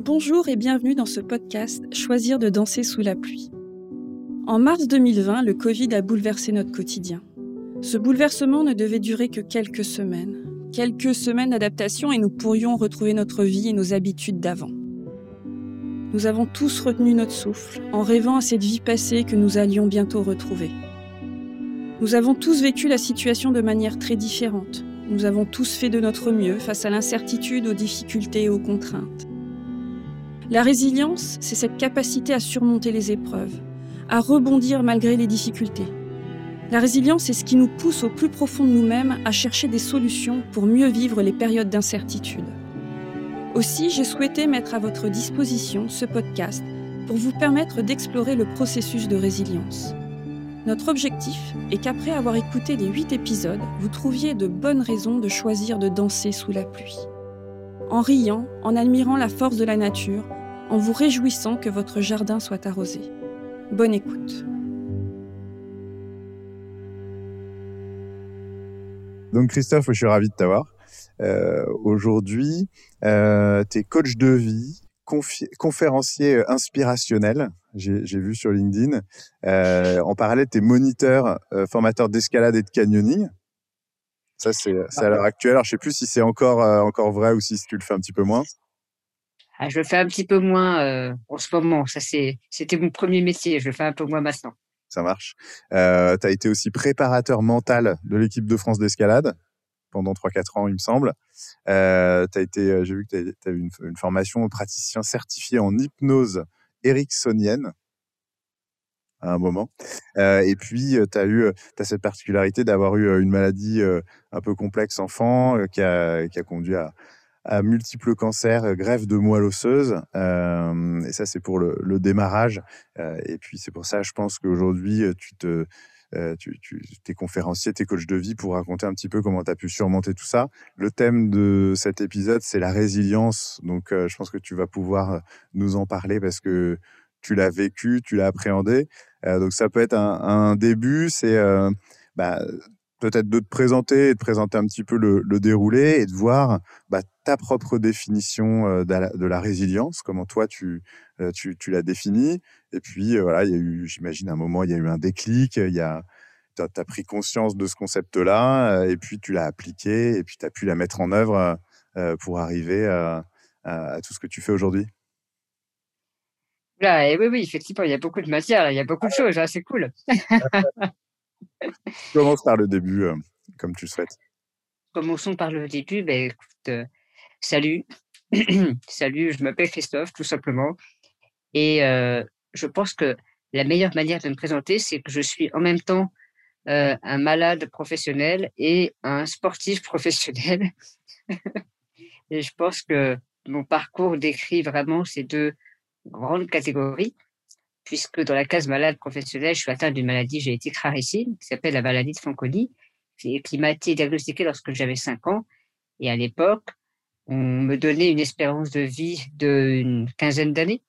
Bonjour et bienvenue dans ce podcast « Choisir de danser sous la pluie ». En mars 2020, le Covid a bouleversé notre quotidien. Ce bouleversement ne devait durer que quelques semaines. Quelques semaines d'adaptation et nous pourrions retrouver notre vie et nos habitudes d'avant. Nous avons tous retenu notre souffle en rêvant à cette vie passée que nous allions bientôt retrouver. Nous avons tous vécu la situation de manière très différente. Nous avons tous fait de notre mieux face à l'incertitude, aux difficultés et aux contraintes. La résilience, c'est cette capacité à surmonter les épreuves, à rebondir malgré les difficultés. La résilience, c'est ce qui nous pousse au plus profond de nous-mêmes à chercher des solutions pour mieux vivre les périodes d'incertitude. Aussi, j'ai souhaité mettre à votre disposition ce podcast pour vous permettre d'explorer le processus de résilience. Notre objectif est qu'après avoir écouté les 8 épisodes, vous trouviez de bonnes raisons de choisir de danser sous la pluie. En riant, en admirant la force de la nature, en vous réjouissant que votre jardin soit arrosé. Bonne écoute. Donc Christophe, je suis ravi de t'avoir. Aujourd'hui, tu es coach de vie, conférencier inspirationnel, j'ai vu sur LinkedIn. En parallèle, tu es moniteur, formateur d'escalade et de canyoning. Ça, c'est à l'heure actuelle. Alors, je sais plus si c'est encore vrai ou si tu le fais un petit peu moins. Je le fais un petit peu moins en ce moment. C'était mon premier métier. Je le fais un peu moins maintenant. Ça marche. Tu as été aussi préparateur mental de l'équipe de France d'escalade pendant 3-4 ans, il me semble. J'ai vu que tu as eu une formation de praticien certifié en hypnose ericksonienne à un moment. Et puis, tu as cette particularité d'avoir eu une maladie un peu complexe enfant qui a conduit à multiples cancers, greffe de moelle osseuse. Et ça, c'est pour le démarrage. Et puis, c'est pour ça, je pense qu'aujourd'hui, t'es conférencier, t'es coach de vie pour raconter un petit peu comment tu as pu surmonter tout ça. Le thème de cet épisode, c'est la résilience. Donc, je pense que tu vas pouvoir nous en parler parce que tu l'as vécu, tu l'as appréhendé. Donc, ça peut être un début. C'est peut-être de te présenter et de présenter un petit peu le déroulé et de voir ta propre définition de la résilience, comment toi tu l'as définie. Et puis voilà, il y a eu, j'imagine, un moment, il y a eu un déclic, t'as pris conscience de ce concept-là, et puis tu l'as appliqué, et puis tu as pu la mettre en œuvre pour arriver à tout ce que tu fais aujourd'hui. Là, et oui, effectivement, il y a beaucoup de matière, il y a beaucoup de choses, hein, c'est cool. Commence par le début, comme tu le souhaites. Commençons par le début. Écoute, salut. Salut, je m'appelle Christophe, tout simplement. Et je pense que la meilleure manière de me présenter, c'est que je suis en même temps un malade professionnel et un sportif professionnel. Et je pense que mon parcours décrit vraiment ces deux grandes catégories, puisque dans la case malade professionnelle, je suis atteint d'une maladie génétique rarissime qui s'appelle la maladie de Fanconi, qui m'a été diagnostiquée lorsque j'avais 5 ans. Et à l'époque, on me donnait une espérance de vie d'une quinzaine d'années.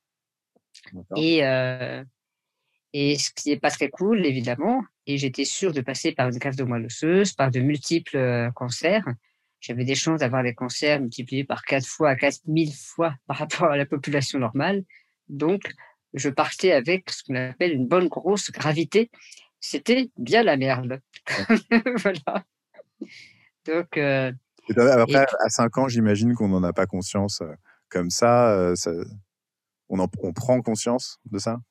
Et ce qui n'est pas très cool, évidemment. Et j'étais sûre de passer par une greffe de moelle osseuse, par de multiples cancers. J'avais des chances d'avoir des cancers multipliés par 4 fois à 4000 fois par rapport à la population normale. Donc, je partais avec ce qu'on appelle une bonne grosse gravité. C'était bien la merde. Voilà. Donc, après, à 5 ans, j'imagine qu'on n'en a pas conscience comme ça. On prend conscience de ça?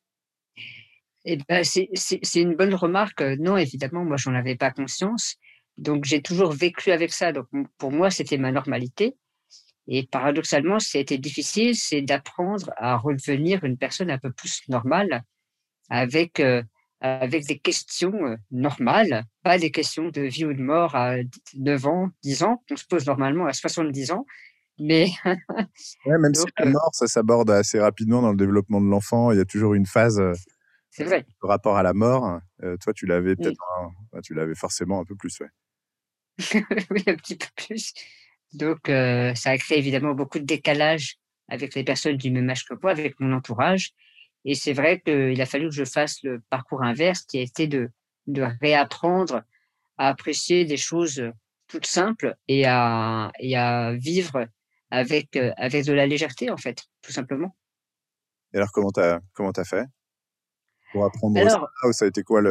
C'est une bonne remarque. Non, évidemment, moi, j'en avais pas conscience. Donc, j'ai toujours vécu avec ça. Donc, pour moi, c'était ma normalité. Et paradoxalement, ce qui a été difficile, c'est d'apprendre à redevenir une personne un peu plus normale avec des questions normales, pas des questions de vie ou de mort à 9 ans, 10 ans, qu'on se pose normalement à 70 ans. Mais même si la mort, ça s'aborde assez rapidement dans le développement de l'enfant, il y a toujours une phase c'est vrai. de rapport à la mort. Toi, tu l'avais peut-être, tu l'avais forcément un peu plus, ouais. Oui, un petit peu plus. Donc, ça a créé évidemment beaucoup de décalage avec les personnes du même âge que moi, avec mon entourage. Et c'est vrai qu'il a fallu que je fasse le parcours inverse, qui a été de réapprendre à apprécier des choses toutes simples et à vivre avec de la légèreté, en fait, tout simplement. Et alors, comment t'as fait pour apprendre ça? Alors Ou ça a été quoi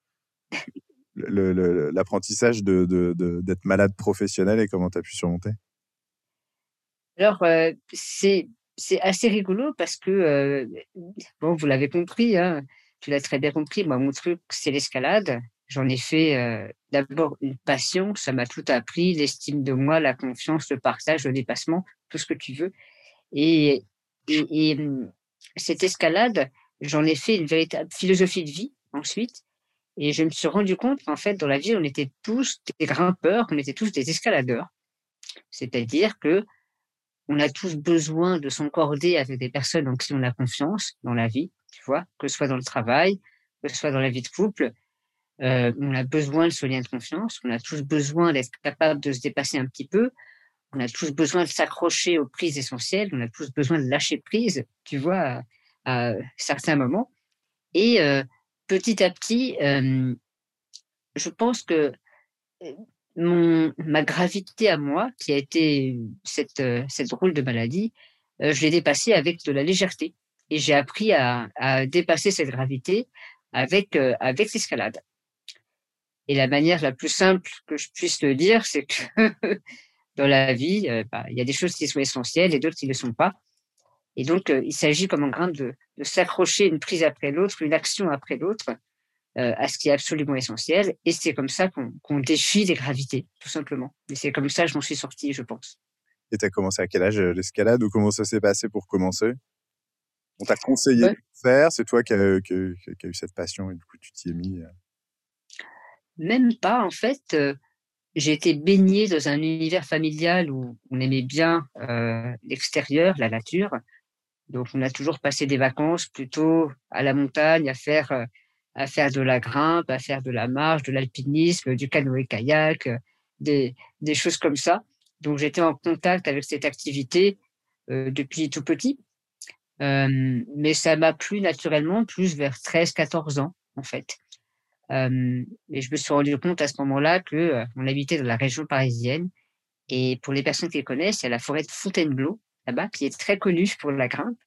l'apprentissage d'être malade professionnel et comment tu as pu surmonter? c'est assez rigolo parce que, bon, vous l'avez compris, hein, tu l'as très bien compris, moi, mon truc, c'est l'escalade. J'en ai fait, d'abord une passion, ça m'a tout appris, l'estime de moi, la confiance, le partage, le dépassement, tout ce que tu veux et cette escalade, j'en ai fait une véritable philosophie de vie ensuite et je me suis rendu compte qu'en fait, dans la vie, on était tous des grimpeurs, on était tous des escaladeurs. C'est-à-dire que on a tous besoin de s'encorder avec des personnes en qui on a confiance dans la vie, tu vois? Que ce soit dans le travail, que ce soit dans la vie de couple, on a besoin de ce lien de confiance. On a tous besoin d'être capable de se dépasser un petit peu. On a tous besoin de s'accrocher aux prises essentielles. On a tous besoin de lâcher prise, tu vois? À certains moments et petit à petit, je pense que, heu, mon ma gravité à moi, qui a été cette drôle de maladie, je l'ai dépassée avec de la légèreté et j'ai appris à dépasser cette gravité avec l'escalade et la manière la plus simple que je puisse le dire, c'est que dans la vie, bah, il y a des choses qui sont essentielles et d'autres qui ne le sont pas et donc il s'agit comme en grimpe de s'accrocher une prise après l'autre, une action après l'autre, à ce qui est absolument essentiel et c'est comme ça qu'on défie les gravités, tout simplement et c'est comme ça que je m'en suis sorti, je pense. Et tu as commencé à quel âge, l'escalade ou comment ça s'est passé pour commencer? On t'a conseillé de Ouais, le faire? C'est toi qui a eu cette passion et du coup tu t'y es mis, même pas en fait, j'ai été baigné dans un univers familial où on aimait bien, l'extérieur, la nature, donc on a toujours passé des vacances plutôt à la montagne, à faire de la grimpe, à faire de la marche, de l'alpinisme, du canoë-kayak, des choses comme ça. Donc j'étais en contact avec cette activité, depuis tout petit, mais ça m'a plu naturellement plus vers 13-14 ans, en fait. Et je me suis rendu compte à ce moment-là que, on habitait dans la région parisienne et pour les personnes qui connaissent, il y a la forêt de Fontainebleau, là-bas, qui est très connue pour la grimpe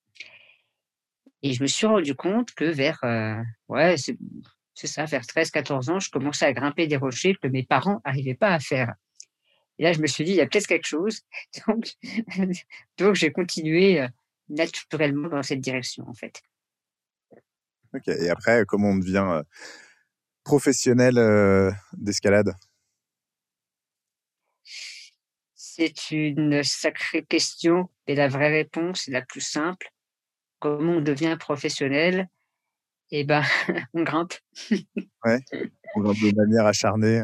et je me suis rendu compte que vers, ouais, c'est ça, vers 13-14 ans, je commençais à grimper des rochers que mes parents arrivaient pas à faire et là, je me suis dit: «Il y a peut-être quelque chose», donc donc j'ai continué, naturellement dans cette direction, en fait. OK. Et après, comment on devient, professionnel, d'escalade? C'est une sacrée question et la vraie réponse est la plus simple. Comment on devient professionnel? Eh ben, on grimpe. Ouais, on grimpe de manière acharnée,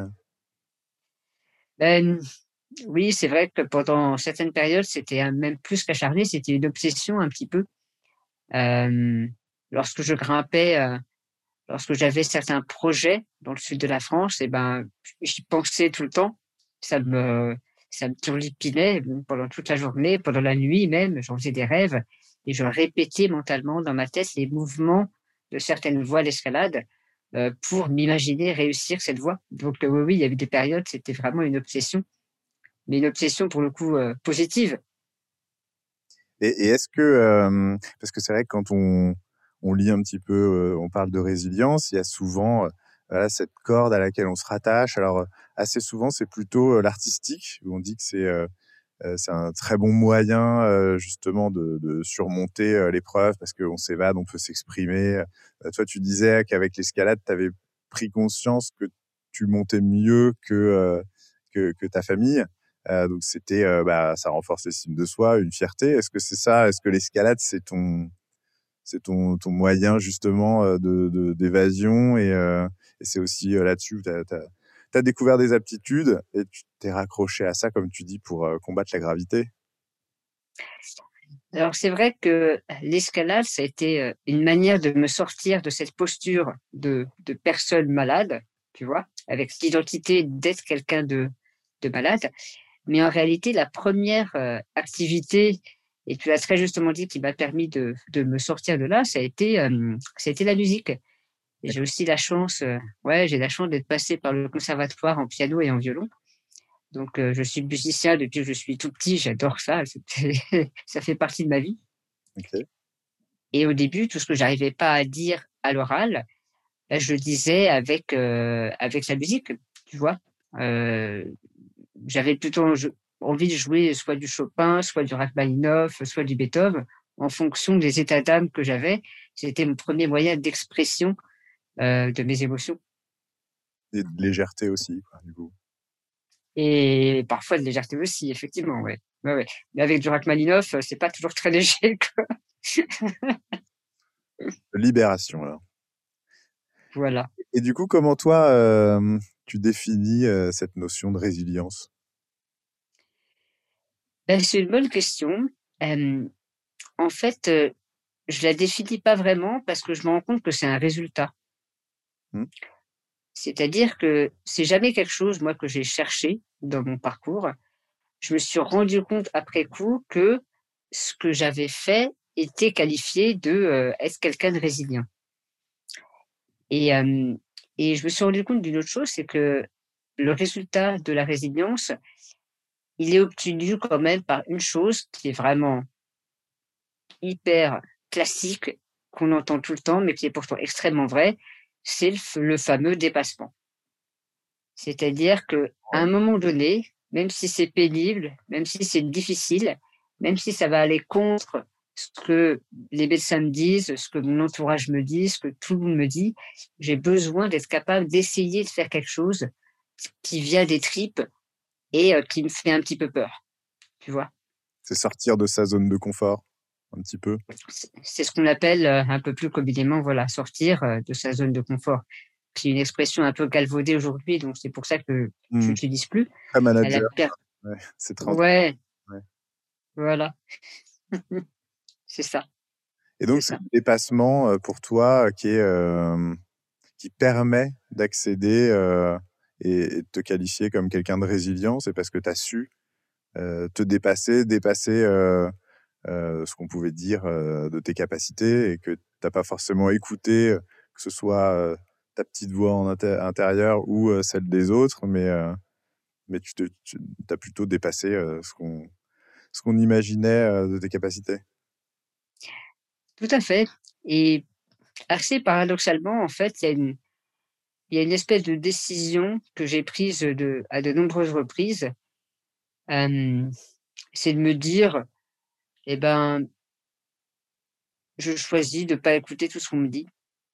Hem, oui, c'est vrai que pendant certaines périodes, c'était un même plus qu'acharné, c'était une obsession un petit peu. Hem, lorsque je grimpais, lorsque j'avais certains projets dans le sud de la France et ben, j'y pensais tout le temps. Ça me ça me turlupinait, pendant toute la journée, pendant la nuit même, j'en faisais des rêves et je répétais mentalement dans ma tête les mouvements de certaines voies d'escalade, pour m'imaginer réussir cette voie. Donc, oui, oui, il y avait des périodes, c'était vraiment une obsession, mais une obsession pour le coup, positive. et est-ce que, parce que c'est vrai que quand on lit un petit peu, on parle de résilience, il y a souvent, voilà, cette corde à laquelle on se rattache. Alors, assez souvent, c'est plutôt, l'artistique où on dit que c'est un très bon moyen, justement de surmonter, l'épreuve parce qu'on s'évade, on peut s'exprimer. Toi, tu disais qu'avec l'escalade, tu avais pris conscience que tu montais mieux que ta famille. Donc c'était, bah, ça renforce l'estime de soi, une fierté. Est-ce que c'est ça? Est-ce que l'escalade, c'est ton moyen justement, d'évasion et c'est aussi, là-dessus où tu as découvert des aptitudes et tu t'es raccroché à ça, comme tu dis, pour, combattre la gravité? Alors c'est vrai que l'escalade, ça a été, une manière de me sortir de cette posture de personne malade, tu vois? Avec l'identité d'être quelqu'un de malade. Mais en réalité, la première activité et tu l'as très justement dit, qui m'a permis de me sortir de là, ça a été la musique. Et j'ai aussi la chance, ouais, j'ai la chance d'être passé par le conservatoire en piano et en violon. Donc, je suis musicien depuis que je suis tout petit, j'adore ça, ça fait partie de ma vie. OK. Et au début, tout ce que j'arrivais pas à dire à l'oral, bah, je le disais avec la musique, tu vois? Heu, J'avais plutôt envie de jouer soit du Chopin, soit du Rachmaninoff, soit du Beethoven, en fonction des états d'âme que j'avais. C'était mon premier moyen d'expression, de mes émotions Et de légèreté aussi, quoi, du coup. et parfois de légèreté aussi, effectivement, ouais. Ouais, ouais. Mais avec du Rachmaninoff, c'est pas toujours très léger, quoi. Libération, alors. Voilà. Et du coup, comment toi, tu définis, cette notion de résilience? Ben, c'est une bonne question. Hem, En fait, je la définis pas vraiment parce que je me rends compte que c'est un résultat. Mmh. C'est-à-dire que c'est jamais quelque chose, moi, que j'ai cherché dans mon parcours. Je me suis rendu compte après coup que ce que j'avais fait était qualifié de, être quelqu'un de résilient et hem et je me suis rendu compte d'une autre chose, c'est que le résultat de la résilience, il est obtenu quand même par une chose qui est vraiment hyper classique, qu'on entend tout le temps, mais qui est pourtant extrêmement vrai, c'est le fameux dépassement. C'est-à-dire qu'à un moment donné, même si c'est pénible, même si c'est difficile, même si ça va aller contre ce que les médecins me disent, ce que mon entourage me dit, ce que tout le monde me dit, j'ai besoin d'être capable d'essayer de faire quelque chose qui vient des tripes et qui me fait un petit peu peur, tu vois? C'est sortir de sa zone de confort, un petit peu? C'est ce qu'on appelle, un peu plus communément, voilà, sortir, de sa zone de confort. C'est une expression un peu galvaudée aujourd'hui, donc c'est pour ça que je Mmh. l'utilise plus. Très Elle a manager, per ouais, c'est très Ouais, ouais. voilà, c'est ça, Et c'est donc, c'est ça. le dépassement, pour toi, qui permet d'accéder, et de te qualifier comme quelqu'un de résilient, c'est parce que tu as su, te dépasser, ce qu'on pouvait dire, de tes capacités et que tu as pas forcément écouté, que ce soit, ta petite voix en intérieure ou, celle des autres, mais tu as plutôt dépassé, ce qu'on imaginait, de tes capacités. Tout à fait et assez paradoxalement, en fait, il y a une espèce de décision que j'ai prise, à de nombreuses reprises, hem, c'est de me dire: «Eh ben, je choisis de pas écouter tout ce qu'on me dit».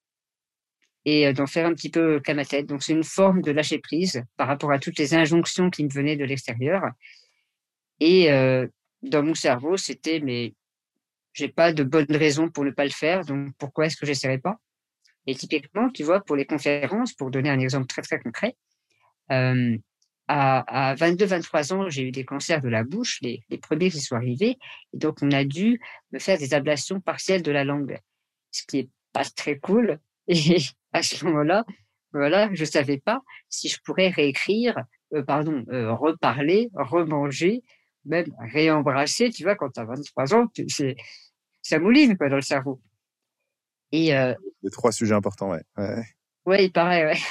Et d'en faire un petit peu qu'à ma tête. Donc c'est une forme de lâcher prise par rapport à toutes les injonctions qui me venaient de l'extérieur et dans mon cerveau, c'était: «Mais j'ai pas de bonne raison pour ne pas le faire, donc pourquoi est-ce que j'essaierais pas?» Et typiquement, tu vois, pour les conférences, pour donner un exemple très, très concret, hem, à 22-23 ans, j'ai eu des cancers de la bouche, les 1ers qui sont arrivés et donc on a dû me faire des ablations partielles de la langue, ce qui est pas très cool et à ce moment-là, voilà, je savais pas si je pourrais réécrire, reparler, remanger, même réembrasser, tu vois? Quand tu as 23 ans, tu ça mouline, quoi, dans le cerveau et Les 3 sujets importants, ouais. Ouais, ouais. ouais, il paraît, ouais.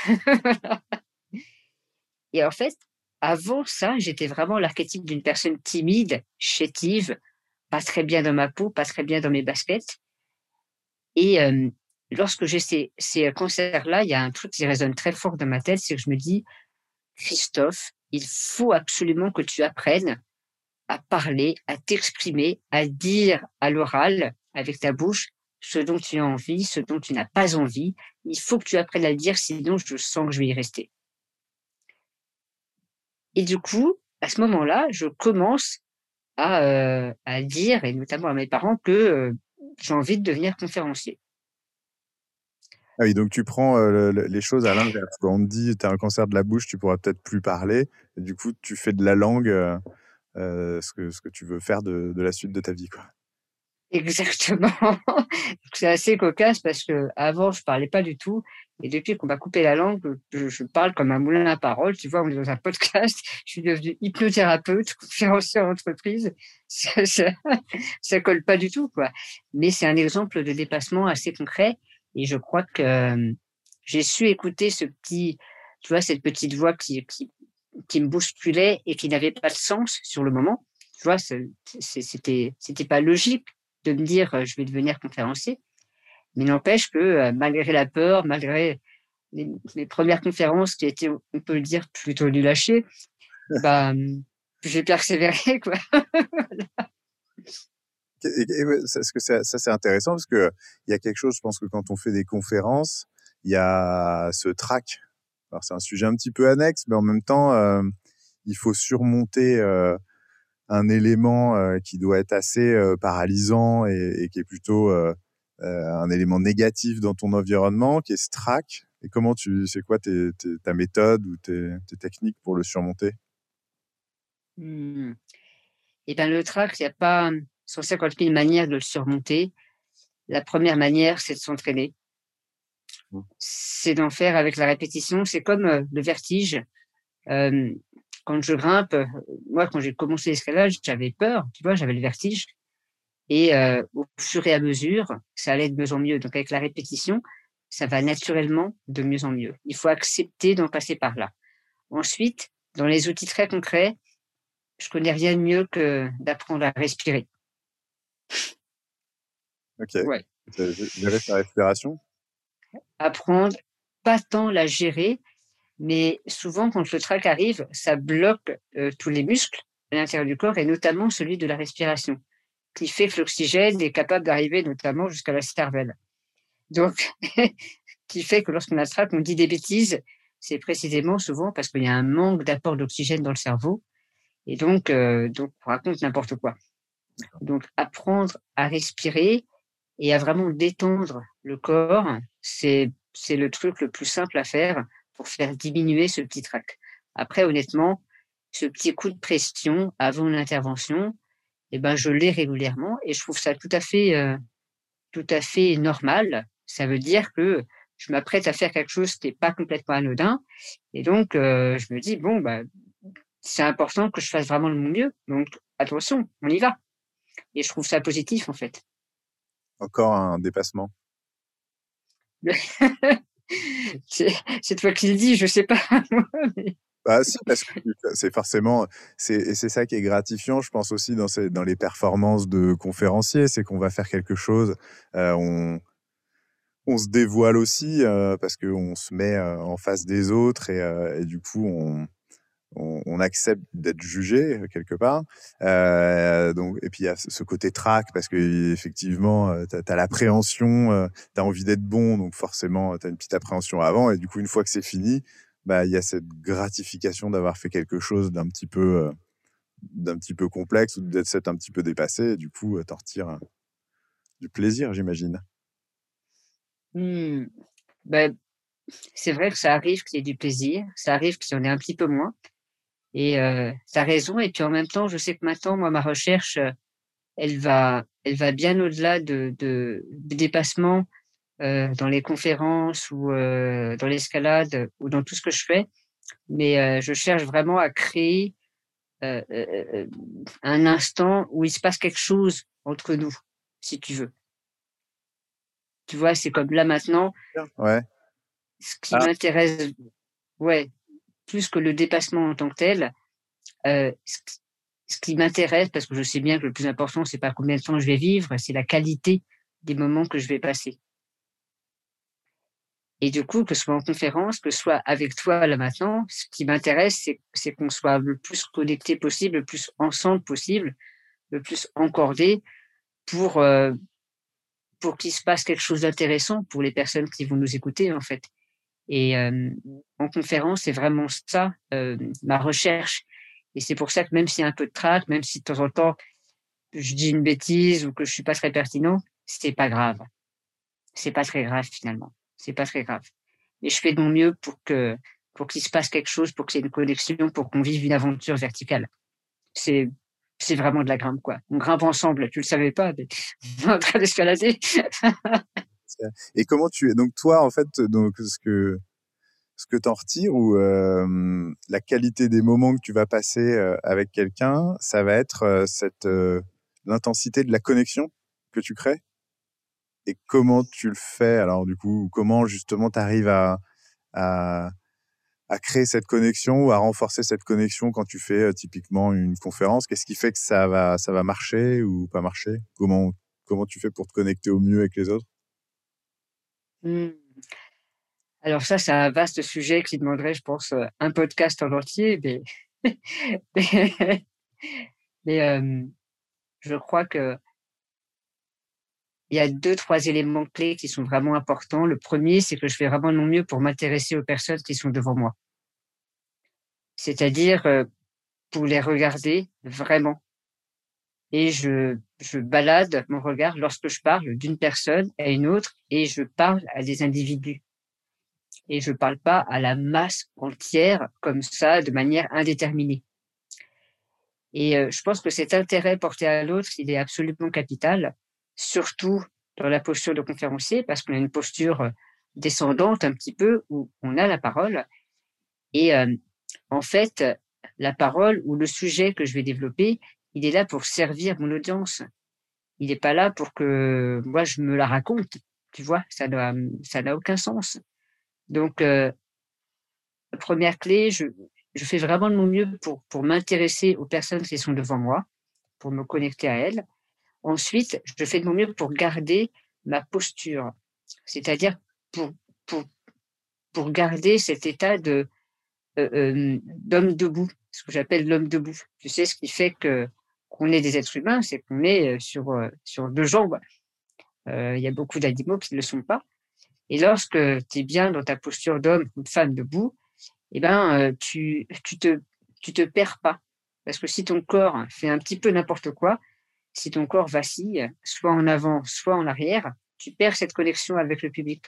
Et en fait, avant ça, j'étais vraiment l'archétype d'une personne timide, chétive, pas très bien dans ma peau, pas très bien dans mes baskets et lorsque j'ai ces concerts-là, il y a un truc qui résonne très fort dans ma tête, c'est que je me dis: «Christophe, il faut absolument que tu apprennes à parler, à t'exprimer, à dire à l'oral, avec ta bouche, ce dont tu as envie, ce dont tu n'as pas envie. Il faut que tu apprennes à le dire, sinon je sens que je vais y rester». Et du coup, à ce moment-là, je commence à dire et notamment à mes parents que, j'ai envie de devenir conférencier. Ah oui, donc tu prends, les choses à l'inverse, quoi. On te dit: «Tu as un cancer de la bouche, tu pourras peut-être plus parler» et du coup, tu fais de la langue, ce que tu veux faire de la suite de ta vie, quoi. Exactement. Donc c'est assez cocasse parce qu'avant je parlais pas du tout et depuis qu'on m'a coupé la langue, je parle comme un moulin à paroles. Tu vois, on est dans un podcast, je suis devenue hypnothérapeute, conférencier en entreprise. Ça ça colle pas du tout, quoi. Mais c'est un exemple de dépassement assez concret et je crois que, j'ai su écouter ce petit tu vois, cette petite voix qui me bousculait et qui n'avait pas de sens sur le moment. Tu vois, c'était pas logique de me dire je vais devenir conférencier. Mais n'empêche que malgré la peur, malgré les premières conférences qui étaient, on peut le dire, plutôt nul à chier, bah, j'ai persévéré, quoi. Ouais, est-ce que ça, c'est intéressant parce que il y a quelque chose, je pense que quand on fait des conférences, il y a ce trac. Alors c'est un sujet un petit peu annexe, mais en même temps, il faut surmonter un élément qui doit être assez paralysant et qui est plutôt un élément négatif dans ton environnement, qui est ce trac. Et c'est quoi ta méthode ou tes techniques pour le surmonter? Mmh. Et ben le trac, il y a pas 150 000 manières de le surmonter. La première manière, c'est de s'entraîner. Mmh. C'est d'en faire avec la répétition. C'est comme, le vertige. Hem, Quand je grimpe, moi, quand j'ai commencé l'escalade, j'avais peur, tu vois? J'avais le vertige et au fur et à mesure, ça allait de mieux en mieux. Donc avec la répétition, ça va naturellement de mieux en mieux. Il faut accepter d'en passer par là. Ensuite, dans les outils très concrets, je connais rien de mieux que d'apprendre à respirer. Ok. Ouais, Gérer sa respiration. apprendre, pas tant la gérer, mais souvent quand le trac arrive, ça bloque, tous les muscles à l'intérieur du corps et notamment celui de la respiration, qui fait que l'oxygène est capable d'arriver notamment jusqu'à la cervelle. Donc qui fait que lorsqu'on attrape, on dit des bêtises, c'est précisément souvent parce qu'il y a un manque d'apport d'oxygène dans le cerveau et donc on raconte n'importe quoi. Donc apprendre à respirer et à vraiment détendre le corps, c'est le truc le plus simple à faire pour faire diminuer ce petit trac. Après honnêtement, ce petit coup de pression avant l'intervention et ben, je l'ai régulièrement et je trouve ça tout à fait normal. Ça veut dire que je m'apprête à faire quelque chose qui est pas complètement anodin et donc je me dis: «Bon, bah, c'est important que je fasse vraiment de mon mieux, donc attention, on y va» et je trouve ça positif, en fait. Encore un dépassement. C'est toi qui le dis, je sais pas moi, mais Bah si, parce que c'est forcément, c'est ça qui est gratifiant, je pense aussi dans les performances de conférenciers, c'est qu'on va faire quelque chose, on se dévoile aussi parce qu'on se met en face des autres et du coup on accepte d'être jugé quelque part. Donc et puis il y a ce côté trac parce que effectivement t'as l'appréhension, t'as envie d'être bon, donc forcément t'as une petite appréhension avant et du coup une fois que c'est fini, bah il y a cette gratification d'avoir fait quelque chose d'un petit peu complexe ou d'être un petit peu dépassé. Et du coup t'en retires du plaisir, j'imagine. mmh, bah, c'est vrai que ça arrive qu'il y ait du plaisir, ça arrive qu'il y en ait un petit peu moins et tu as raison et puis en même temps, je sais que maintenant, moi, ma recherche, elle va bien au-delà du dépassement, dans les conférences ou dans l'escalade ou dans tout ce que je fais. Mais je cherche vraiment à créer, heu heu heu un instant où il se passe quelque chose entre nous, si tu veux. Tu vois? C'est comme là maintenant, Ouais. ce qui Ah, m'intéresse ouais, plus que le dépassement en tant que tel, ce qui m'intéresse, parce que je sais bien que le plus important, c'est pas combien de temps je vais vivre, c'est la qualité des moments que je vais passer. Et du coup, que ce soit en conférence, que ce soit avec toi là maintenant, ce qui m'intéresse, c'est qu'on soit le plus connectés possible, le plus ensemble possible, le plus encordés pour, pour qu'il se passe quelque chose d'intéressant pour les personnes qui vont nous écouter, en fait. Et en conférence, c'est vraiment ça, ma recherche. Et c'est pour ça que même s'il y a un peu de trac, même si de temps en temps je dis une bêtise ou que je suis pas très pertinent, c'est pas grave. C'est pas très grave finalement. C'est pas très grave. Et je fais de mon mieux pour qu'il se passe quelque chose, pour qu'il y ait une connexion, pour qu'on vive une aventure verticale. C'est c'est vraiment de la grimpe, quoi. On grimpe ensemble, tu le savais pas, mais on est en train d'escalader. et comment donc toi en fait donc ce que tu en retires ou la qualité des moments que tu vas passer avec quelqu'un, ça va être l'intensité de la connexion que tu crées et comment tu le fais alors du coup, comment justement tu arrives à à créer cette connexion ou à renforcer cette connexion quand tu fais typiquement une conférence? Qu'est-ce qui fait que ça va marcher ou pas marcher? Comment tu fais pour te connecter au mieux avec les autres? Mmh. Alors ça, c'est un vaste sujet qui demanderait, je pense, un podcast en entier, mais mais mais je crois qu'il y a 2-3 éléments clés qui sont vraiment importants. Le premier, c'est que je fais vraiment de mon mieux pour m'intéresser aux personnes qui sont devant moi. C'est-à-dire, pour les regarder vraiment et je balade mon regard lorsque je parle d'une personne à une autre et je parle à des individus et je parle pas à la masse entière comme ça, de manière indéterminée. Et je pense que cet intérêt porté à l'autre, il est absolument capital, surtout dans la posture de conférencier, parce qu'on a une posture, descendante un petit peu, où on a la parole et en fait, la parole ou le sujet que je vais développer, il est là pour servir mon audience. Il n'est pas là pour que moi je me la raconte, tu vois? Ça n'a aucun sens. Donc 1re clé, je fais vraiment de mon mieux pour m'intéresser aux personnes qui sont devant moi, pour me connecter à elles. Ensuite, je fais de mon mieux pour garder ma posture, c'est-à-dire pour pour pour garder cet état d'homme debout, ce que j'appelle l'homme debout. Tu sais, ce qui fait que qu'on est des êtres humains, c'est qu'on est, sur 2 jambes. Il y a beaucoup d'animaux qui ne le sont pas et lorsque tu es bien dans ta posture d'homme ou de femme debout, eh ben, tu te perds pas. Parce que si ton corps fait un petit peu n'importe quoi, si ton corps vacille, soit en avant, soit en arrière, tu perds cette connexion avec le public.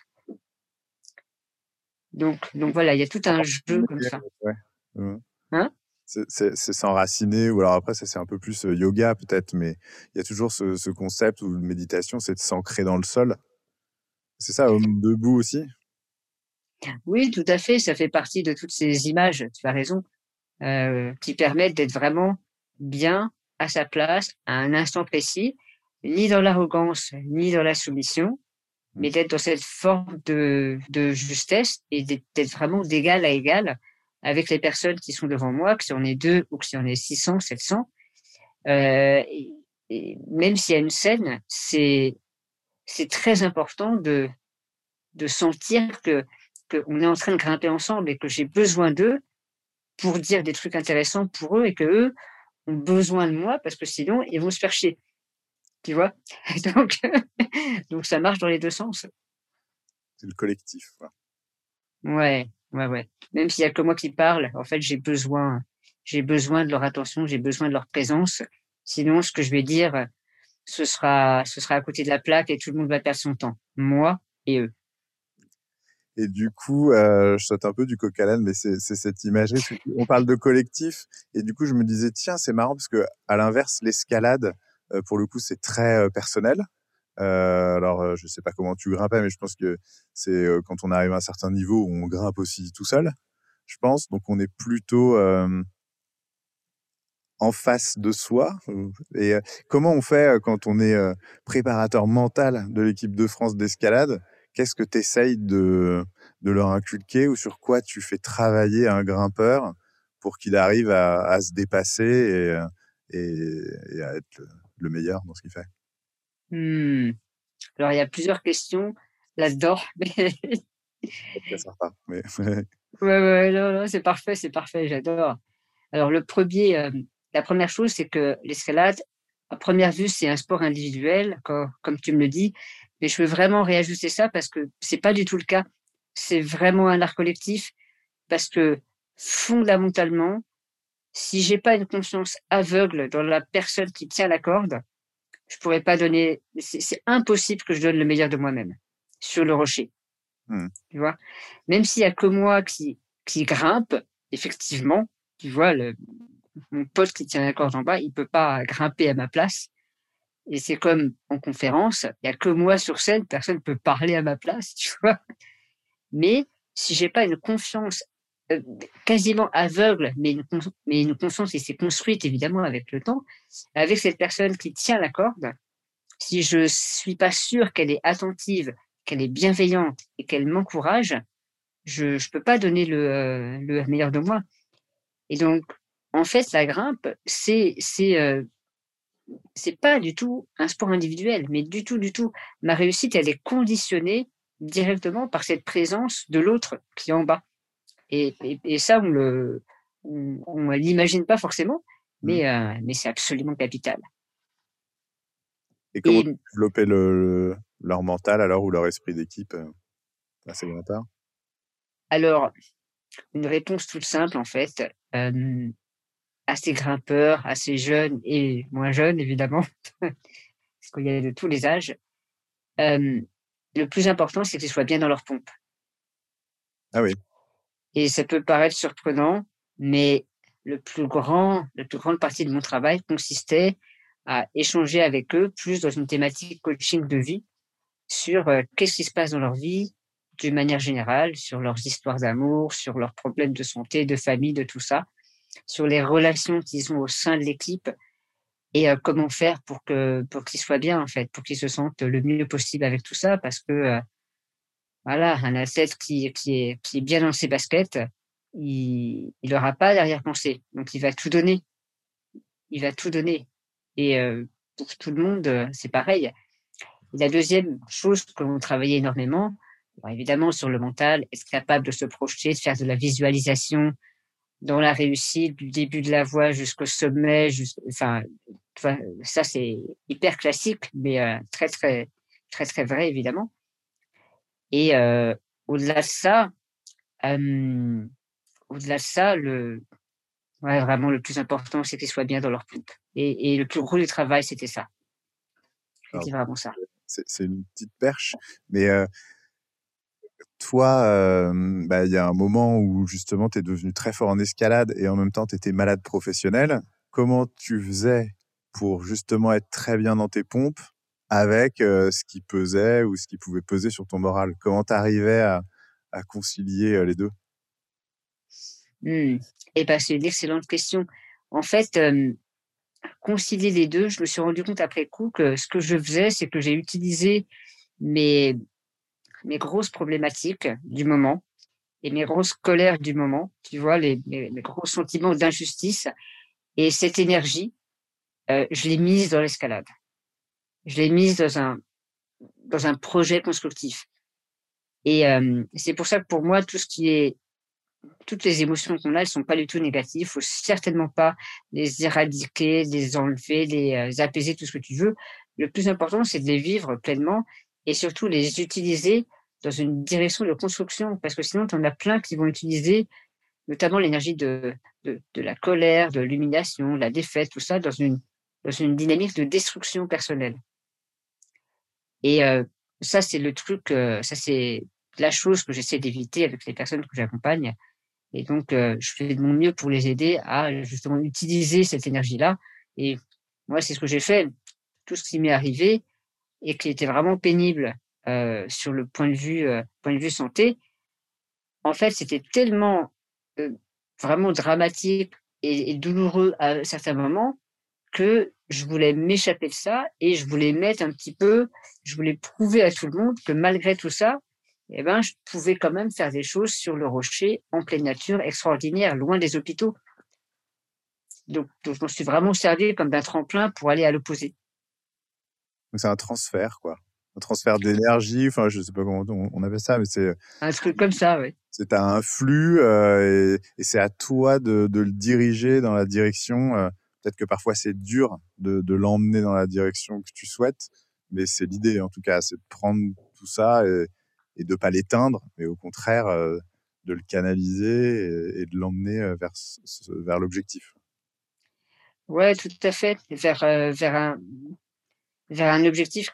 Donc voilà, il y a tout un jeu comme ça. Ouais. Mmh. Hein? C'est s'enraciner ou alors après ça, c'est un peu plus, yoga peut-être, mais il y a toujours ce concept ou méditation, c'est de s'ancrer dans le sol. C'est ça, homme debout aussi? Oui, tout à fait, ça fait partie de toutes ces images, tu as raison, qui permettent d'être vraiment bien à sa place, à un instant précis, ni dans l'arrogance, ni dans la soumission, Mmh. mais d'être dans cette forme de justesse et d'être vraiment d'égal à égal avec les personnes qui sont devant moi, que si on est 2 ou que si on est 600, 700. Et même s'il y a une scène, c'est très important de sentir qu'on est en train de grimper ensemble et que j'ai besoin d'eux pour dire des trucs intéressants pour eux et qu'eux ont besoin de moi parce que sinon ils vont se faire chier, tu vois? Donc donc ça marche dans les 2 sens. C'est le collectif, quoi. Ouais, ouais, ouais. Même s'il y a que moi qui parle, en fait, j'ai besoin de leur attention, j'ai besoin de leur présence. Sinon, ce que je vais dire, ce sera à côté de la plaque et tout le monde va perdre son temps, moi et eux. Et du coup, je saute un peu du coq à l'âne, mais c'est cette imagerie, parce qu'on parle de collectif et du coup, je me disais: «Tiens, c'est marrant» parce que à l'inverse, l'escalade, pour le coup, c'est très, personnel. Alors, je sais pas comment tu grimpais, mais je pense que c'est, quand on arrive à un certain niveau, on grimpe aussi tout seul, je pense. Donc on est plutôt, en face de soi, et comment on fait, quand on est, préparateur mental de l'équipe de France d'escalade? Qu'est-ce que tu essayes de leur inculquer ou sur quoi tu fais travailler un grimpeur pour qu'il arrive à se dépasser et à être le meilleur dans ce qu'il fait? Mmh. Alors il y a plusieurs questions là-dedans, mais C'est très sympa, mais ouais, ouais, ouais, non, non, c'est parfait, j'adore. Alors la première chose, c'est que l'escalade, à première vue, c'est un sport individuel, comme tu me le dis, mais je veux vraiment réajuster ça parce que c'est pas du tout le cas. C'est vraiment un art collectif parce que fondamentalement, si j'ai pas une confiance aveugle dans la personne qui tient la corde, je pourrais pas donner. C'est impossible que je donne le meilleur de moi-même sur le rocher, mmh, tu vois. Même s'il y a que moi qui grimpe, effectivement, tu vois, mon pote qui tient la corde en bas, il peut pas grimper à ma place. Et c'est comme en conférence, il y a que moi sur scène, personne peut parler à ma place, tu vois. Mais si j'ai pas une confiance quasiment aveugle, mais une confiance qui s'est construite évidemment avec le temps, avec cette personne qui tient la corde, si je suis pas sûr qu'elle est attentive, qu'elle est bienveillante et qu'elle m'encourage, je peux pas donner le meilleur de moi. Et donc, en fait, la grimpe, c'est pas du tout un sport individuel, mais du tout, du tout. Ma réussite, elle est conditionnée directement par cette présence de l'autre qui est en bas. Et ça, on l'imagine pas forcément, Mmh. mais c'est absolument capital. Et comment Et tu développais leur mental alors ou leur esprit d'équipe, à ces grimpeurs? alors, une réponse toute simple, en fait, à ces grimpeurs, assez jeunes et moins jeunes, évidemment, parce qu'il y a de tous les âges, hem, le plus important, c'est qu'ils soient bien dans leur pompe. Ah oui, Et ça peut paraître surprenant, mais la plus grande partie de mon travail consistait à échanger avec eux, plus dans une thématique coaching de vie, sur, qu'est-ce qui se passe dans leur vie, d'une manière générale, sur leurs histoires d'amour, sur leurs problèmes de santé, de famille, de tout ça, sur les relations qu'ils ont au sein de l'équipe et comment faire pour qu'ils soient bien, en fait, pour qu'ils se sentent le mieux possible avec tout ça. Parce que, voilà, un athlète qui est bien dans ses baskets, il aura pas d'arrière-pensée. Donc il va tout donner, il va tout donner et pour tout le monde, c'est pareil. La deuxième chose que l'on travaillait énormément, bon évidemment sur le mental, être capable de se projeter, de faire de la visualisation dans la réussite, du début de la voie jusqu'au sommet, enfin, tu vois? Ça c'est hyper classique, mais très, très, très, très vrai évidemment et au-delà de ça, hem, au-delà de ça, ouais, vraiment le plus important, c'est qu'ils soient bien dans leur pompe et le plus gros du travail, c'était ça. alors C'était vraiment ça. c'est une petite perche, mais toi, bah, il y a un moment où justement tu es devenu très fort en escalade et en même temps tu étais malade professionnel. Comment tu faisais pour justement être très bien dans tes pompes avec, ce qui pesait ou ce qui pouvait peser sur ton moral? Comment tu arrivais à concilier, les 2? Mmh. Et bah, c'est une excellente question. En fait, concilier les 2, je me suis rendu compte après coup que ce que je faisais, c'est que j'ai utilisé mes mes grosses problématiques du moment et mes grosses colères du moment, tu vois? Mes gros sentiments d'injustice et cette énergie, je l'ai mise dans l'escalade. Je l'ai mise dans un projet constructif et c'est pour ça que pour moi, toutes les émotions qu'on a, elles sont pas du tout négatives. Il faut certainement pas les éradiquer, les enlever, les apaiser, tout ce que tu veux. Le plus important, c'est de les vivre pleinement et surtout les utiliser dans une direction de construction parce que sinon, tu en as plein qui vont utiliser notamment l'énergie de la colère, de l'humiliation, de la défaite, tout ça dans une dynamique de destruction personnelle et ça, c'est le truc, ça, c'est la chose que j'essaie d'éviter avec les personnes que j'accompagne et donc je fais de mon mieux pour les aider à justement utiliser cette énergie-là et moi, c'est ce que j'ai fait. Tout ce qui m'est arrivé et qui était vraiment pénible, sur le point de vue santé, en fait, c'était tellement, vraiment dramatique et douloureux à certains moments que je voulais m'échapper de ça et je voulais prouver à tout le monde que malgré tout ça, eh ben, je pouvais quand même faire des choses sur le rocher, en pleine nature, extraordinaires, loin des hôpitaux. Donc je m'en suis vraiment servi comme d'un tremplin pour aller à l'opposé. Donc c'est un transfert, quoi. Un transfert d'énergie, enfin, je sais pas comment on appelle ça, mais Un truc comme ça, ouais. c'est tu un flux, et c'est à toi de le diriger dans la direction, peut-être que parfois c'est dur de l'emmener dans la direction que tu souhaites, mais c'est l'idée en tout cas, c'est de prendre tout ça et de pas l'éteindre, mais au contraire, de le canaliser et de l'emmener, vers l'objectif. Ouais, tout à fait, vers un objectif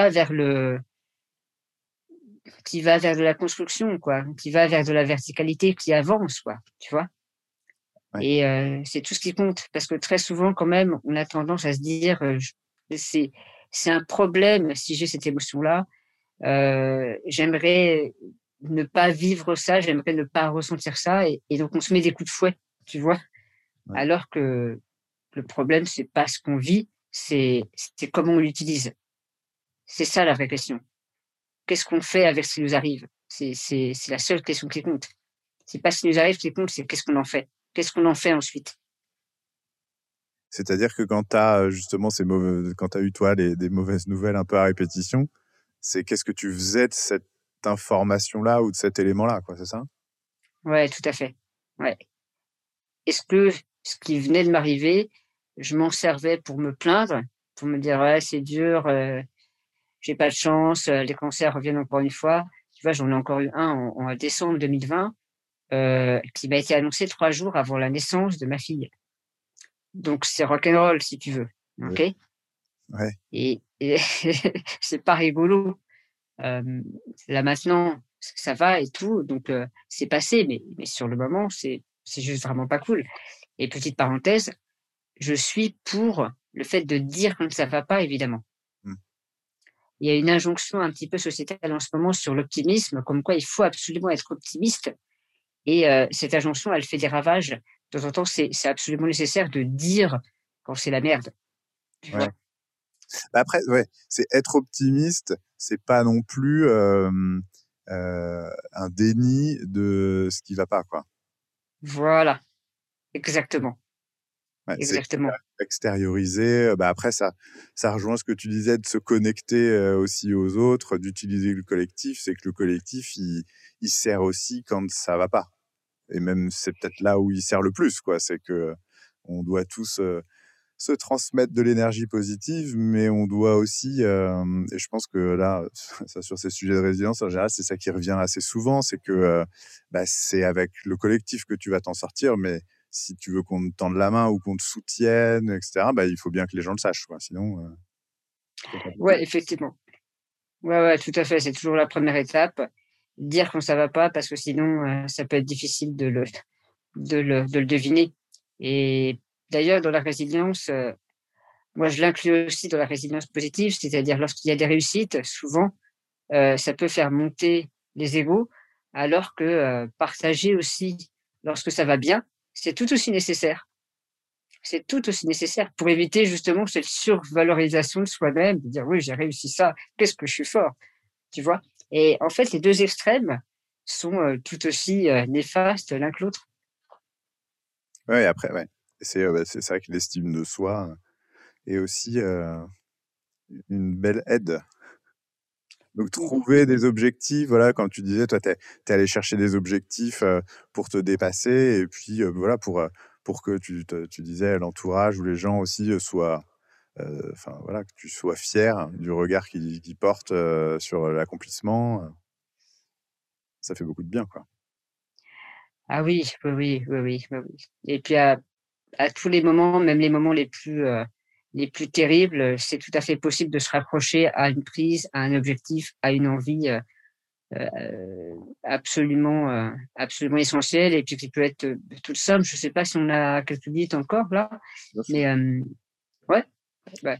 qui va vers de la construction, quoi, qui va vers de la verticalité, qui avance, quoi, tu vois? Ouais. Et c'est tout ce qui compte parce que très souvent quand même, on a tendance à se dire, j c'est un problème si j'ai cette émotion-là, j'aimerais ne pas vivre ça, j'aimerais ne pas ressentir ça et donc on se met des coups de fouet, tu vois? Ouais. Alors que le problème, c'est pas ce qu'on vit, c'est comment on l'utilise. C'est ça la vraie question. Qu'est-ce qu'on fait avec ce qui nous arrive? C'est la seule question qui compte. C'est pas ce qui nous arrive qui compte, c'est qu'est-ce qu'on en fait. Qu'est-ce qu'on en fait ensuite. C'est-à-dire que quand tu as justement quand tu as eu toi des mauvaises nouvelles un peu à répétition, c'est qu'est-ce que tu faisais de cette information-là ou de cet élément-là, quoi, c'est ça? Ouais, tout à fait. Ouais. Est-ce que ce qui venait de m'arriver, je m'en servais pour me plaindre, pour me dire: «Ouais, c'est dur, j'ai pas de chance, les cancers reviennent encore une fois». Tu vois, j'en ai encore eu un en décembre 2020, qui m'a été annoncé 3 jours avant la naissance de ma fille. Donc c'est rock'n'roll si tu veux, Oui. OK? Ouais. Et c'est pas rigolo. Là maintenant, ça va et tout, donc c'est passé, mais sur le moment, c'est juste vraiment pas cool. Et petite parenthèse, je suis pour le fait de dire quand ça va pas, évidemment. Mmh. Il y a une injonction un petit peu sociétale en ce moment sur l'optimisme, comme quoi il faut absolument être optimiste et cette injonction, elle fait des ravages. De temps en temps, c'est absolument nécessaire de dire quand c'est la merde, tu Ouais. vois? Bah, après, ouais, c'est être optimiste, c'est pas non plus, un déni de ce qui va pas, quoi. Voilà, exactement, Ouais, c'est exactement. extérioriser, bah, après ça rejoint ce que tu disais de se connecter, aussi aux autres, d'utiliser le collectif. C'est que le collectif, il sert aussi quand ça va pas et même c'est peut-être là où il sert le plus, quoi. C'est que on doit tous, se transmettre de l'énergie positive, mais on doit aussi, et je pense que là, ça sur ces sujets de résilience, en général, c'est ça qui revient assez souvent, c'est que, bah, c'est avec le collectif que tu vas t'en sortir, mais si tu veux qu'on te tende la main ou qu'on te soutienne et cetera, bah, il faut bien que les gens le sachent, quoi. Sinon, c'est compliqué. Ouais, effectivement. Ouais, ouais, tout à fait, c'est toujours la première étape. Dire quand ça va pas parce que sinon, ça peut être difficile de le deviner et d'ailleurs dans la résilience, moi je l'inclus aussi dans la résilience positive, c'est-à-dire lorsqu'il y a des réussites, souvent, ça peut faire monter les égos alors que, partager aussi lorsque ça va bien, c'est tout aussi nécessaire. C'est tout aussi nécessaire pour éviter justement cette survalorisation de soi-même, de dire: «Oui, j'ai réussi ça, qu'est-ce que je suis fort!» Tu vois? Et en fait, les 2 extrêmes sont, tout aussi, néfastes l'un que l'autre. Ouais, après, ouais, bah, c'est vrai que l'estime de soi, est aussi, une belle aide. Donc Mmh trouver des objectifs, voilà, comme tu disais, toi, tu es allé chercher des objectifs, pour te dépasser et puis, voilà, pour que tu disais l'entourage ou les gens aussi, soient, enfin, voilà, que tu sois fier du regard qu'ils portent, sur l'accomplissement, ça fait beaucoup de bien, quoi. Ah oui, oui, oui, oui, oui, oui, oui. Et puis à tous les moments, même les moments les plus terribles, c'est tout à fait possible de se raccrocher à une prise, à un objectif, à une envie, absolument, absolument essentielle et puis qui peut être, toute simple. Je sais pas si on a quelques minutes encore là, Bien sûr. mais ouais, bah,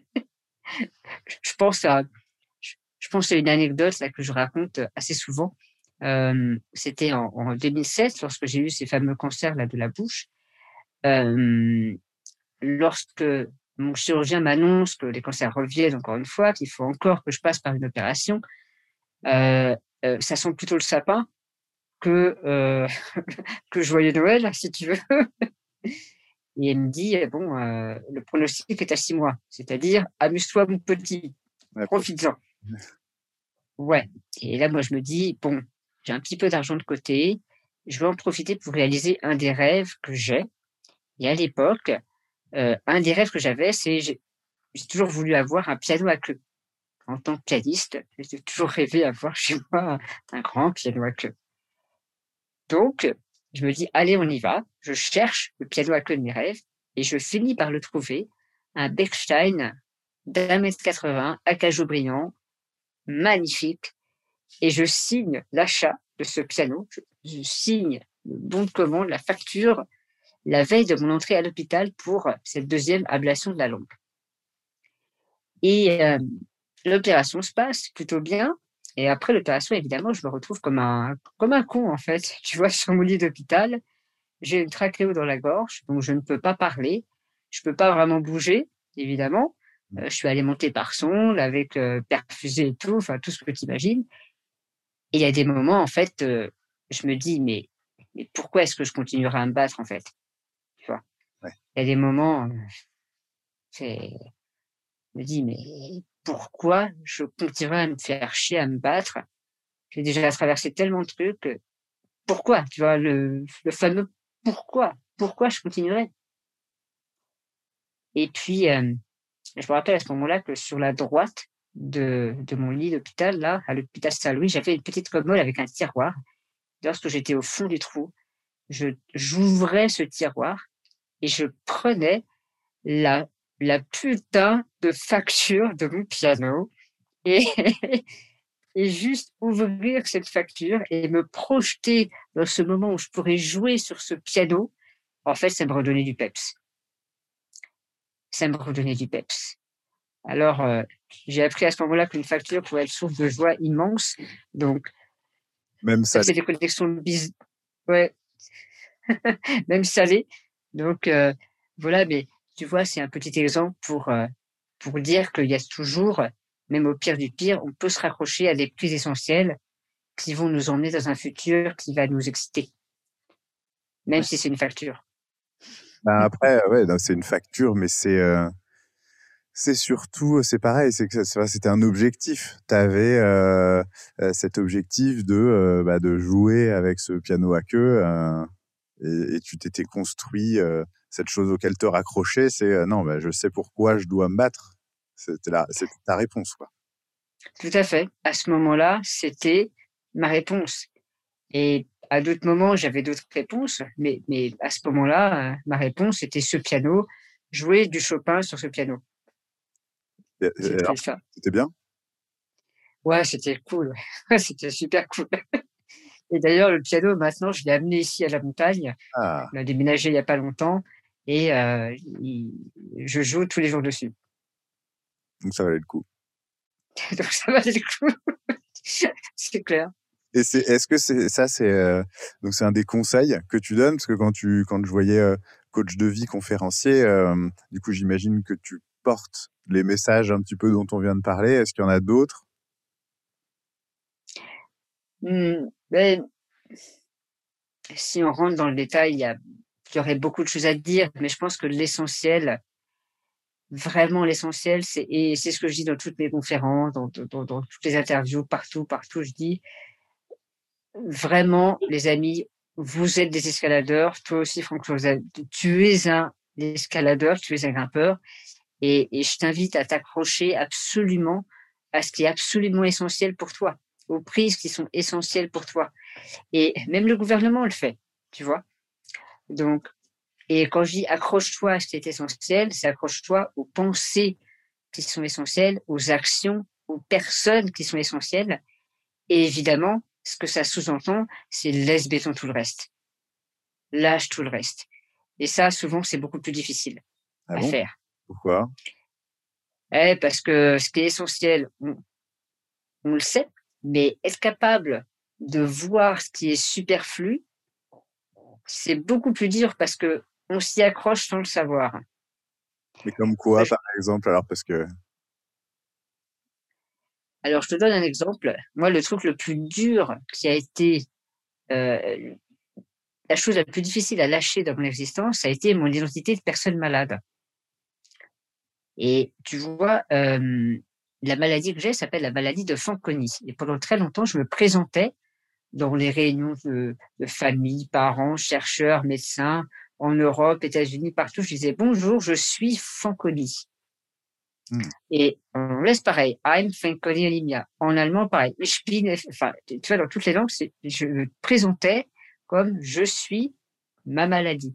je pense à je pense à une anecdote là que je raconte assez souvent. C'était en 2007 lorsque j'ai eu ces fameux cancers là de la bouche. Hem, Lorsque mon chirurgien m'annonce que les cancers reviennent encore une fois, qu'il faut encore que je passe par une opération, heu ça sent plutôt le sapin que, que joyeux Noël si tu veux. Et elle me dit: «Bon, le pronostic est à 6 mois, c'est-à-dire amuse-toi mon petit, Ouais, profites-en». Ouais, et là, moi, je me dis: «Bon, j'ai un petit peu d'argent de côté, je vais en profiter pour réaliser un des rêves que j'ai». Et à l'époque, un des rêves que j'avais, c'est j'ai toujours voulu avoir un piano à queue. En tant que pianiste, j'ai toujours rêvé avoir chez moi un grand piano à queue. Donc, je me dis: «Allez, on y va». Je cherche le piano à queue de mes rêves et je finis par le trouver, un Bechstein d'1,80 m acajou brillant, magnifique. Et je signe l'achat de ce piano. Je signe le bon de commande, la facture, la veille de mon entrée à l'hôpital pour cette deuxième ablation de la langue. Et l'opération se passe plutôt bien. Et après l'opération, évidemment, je me retrouve comme un con, en fait. Tu vois, sur mon lit d'hôpital, j'ai une trachéo dans la gorge, donc je ne peux pas parler. Je peux pas vraiment bouger, évidemment. Mmh. Je suis alimentée par sonde avec perfusée et tout, enfin tout ce que tu imagines. Et il y a des moments, en fait, je me dis: «Mais pourquoi est-ce que je continuerai à me battre, en fait?» Tu vois? Ouais. Il y a des moments, c'est je me dis: «Mais pourquoi je continuerai à me faire chier, à me battre? J'ai déjà traversé tellement de trucs, pourquoi?» Tu vois? Le fameux «pourquoi?» Pourquoi je continuerai? Et puis, je me rappelle à ce moment-là que sur la droite de mon lit d'hôpital, là, à l'hôpital Saint-Louis, j'avais une petite commode avec un tiroir. Lorsque j'étais au fond du trou, j'ouvrais ce tiroir et je prenais la la putain de facture de mon piano et et juste ouvrir cette facture et me projeter dans ce moment où je pourrais jouer sur ce piano, en fait, ça me redonnait du peps. Ça me redonnait du peps. Alors, j'ai appris à ce moment-là qu'une facture pouvait être source de joie immense, donc Même ça ça faisait des connexions ouais, même salées, donc voilà, mais tu vois, c'est un petit exemple pour dire qu'il y a toujours, même au pire du pire, on peut se raccrocher à des prises essentielles qui vont nous emmener dans un futur qui va nous exciter, même ouais. si c'est une facture. Bah, après, ouais, non, c'est une facture, mais c'est surtout, c'est pareil, c'est que c'était un objectif. Tu avais cet objectif de jouer avec ce piano à queue et tu t'étais construit cette chose auquel te raccrocher, c'est non, bah, je sais pourquoi je dois me battre. C'était ta réponse, quoi. Tout à fait. À ce moment-là, c'était ma réponse. Et à d'autres moments, j'avais d'autres réponses, mais à ce moment-là, ma réponse était ce piano, jouer du Chopin sur ce piano. Et C'était alors, ça. c'était bien? Ouais, c'était cool, ouais, c'était super cool. Et d'ailleurs, le piano, maintenant, je l'ai amené ici à la montagne. Ah, On a déménagé il y a pas longtemps et il je joue tous les jours dessus. donc ça valait le coup. Donc ça valait le coup, c'est clair. Et est-ce que donc c'est un des conseils que tu donnes? Parce que quand je voyais, coach de vie, conférencier, du coup, j'imagine que tu portes les messages un petit peu dont on vient de parler. Est-ce qu'il y en a d'autres? Mais si on rentre dans le détail, il y aurait beaucoup de choses à dire, mais je pense que l'essentiel, vraiment l'essentiel, c'est ce que je dis dans toutes mes conférences, dans toutes les interviews, partout, je dis: «Vraiment les amis, vous êtes des escaladeurs». Toi aussi Franck Clausel, tu es un escaladeur, tu es un grimpeur et je t'invite à t'accrocher absolument à ce qui est absolument essentiel pour toi, aux prises qui sont essentielles pour toi et même le gouvernement le fait, tu vois? Donc et quand je dis: «Accroche-toi à ce qui est essentiel», c'est accroche-toi aux pensées qui sont essentielles, aux actions, aux personnes qui sont essentielles et évidemment, ce que ça sous-entend, c'est laisse béton tout le reste. Lâche tout le reste et ça, souvent, c'est beaucoup plus difficile Ah à bon? faire. Pourquoi? Parce que ce qui est essentiel, on le sait, mais être capable de voir ce qui est superflu, c'est beaucoup plus dur parce qu'on s'y accroche sans le savoir. Mais comme quoi, Ouais, par exemple? Alors parce que alors je te donne un exemple. Moi, le truc le plus dur qui a été, heu, la chose la plus difficile à lâcher dans mon existence, ça a été mon identité de personne malade et tu vois, la maladie que j'ai s'appelle la maladie de Fanconi et pendant très longtemps, je me présentais dans les réunions de famille, parents, chercheurs, médecins, en Europe, États-Unis, partout, je disais: «Bonjour, je suis Fanconi» mmh, et en anglais, c'est pareil, I'm Fanconi Anemia. En allemand, pareil, ich bin enfin, tu vois, dans toutes les langues, je me présentais comme: «Je suis ma maladie»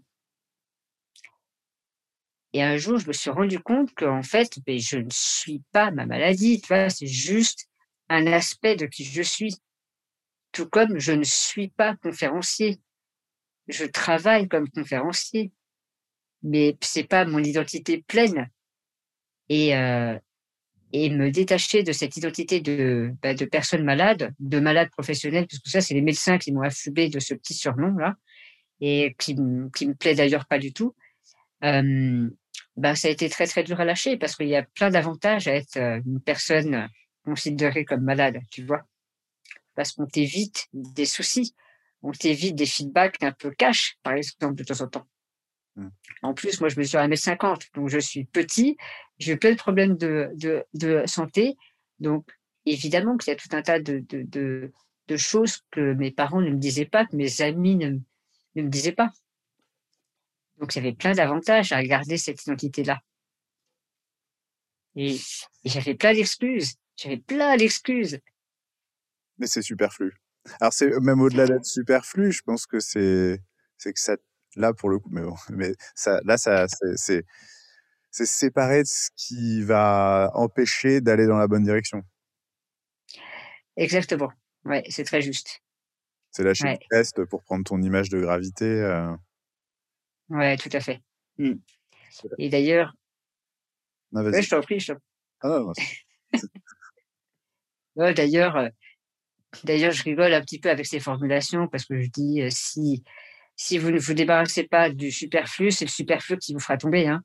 et un jour, je me suis rendu compte qu'en fait, beh, je ne suis pas ma maladie, tu vois? C'est juste un aspect de qui je suis. Tout comme je ne suis pas conférencier. Je travaille comme conférencier, mais c'est pas mon identité pleine et me détacher de cette identité de personne malade, de malade professionnelle, parce que ça, c'est les médecins qui m'ont affubé de ce petit surnom-là et qui me plaît d'ailleurs pas du tout. Hem, Ça a été très, très dur à lâcher parce qu'il y a plein d'avantages à être, une personne considérée comme malade, tu vois? parce qu'on t'évite des soucis, on t'évite des feedbacks un peu cash, par exemple, de temps en temps. Mmh. En plus, moi, je mesure 1,50 m, donc je suis petit, j'ai plein de problèmes de santé, donc évidemment qu'il y a tout un tas de choses que mes parents ne me disaient pas, que mes amis ne me disaient pas. Donc il y avait plein d'avantages à garder cette identité-là. Et j'avais plein d'excuses, Mais c'est superflu. Alors c'est même au-delà d'être superflu, je pense que c'est que ça là pour le coup, mais bon, mais ça là ça c'est séparé de ce qui va empêcher d'aller dans la bonne direction. Exactement, ouais, c'est très juste. C'est lâcher Ouais, le test pour prendre ton image de gravité, ouais, tout à fait. Mmh. Et d'ailleurs, non ouais, vas-y. je t'en prie, je t'en Ah non, non, ouais, d'ailleurs, je rigole un petit peu avec ces formulations parce que je dis, si vous ne vous débarrassez pas du superflu, c'est le superflu qui vous fera tomber, hein.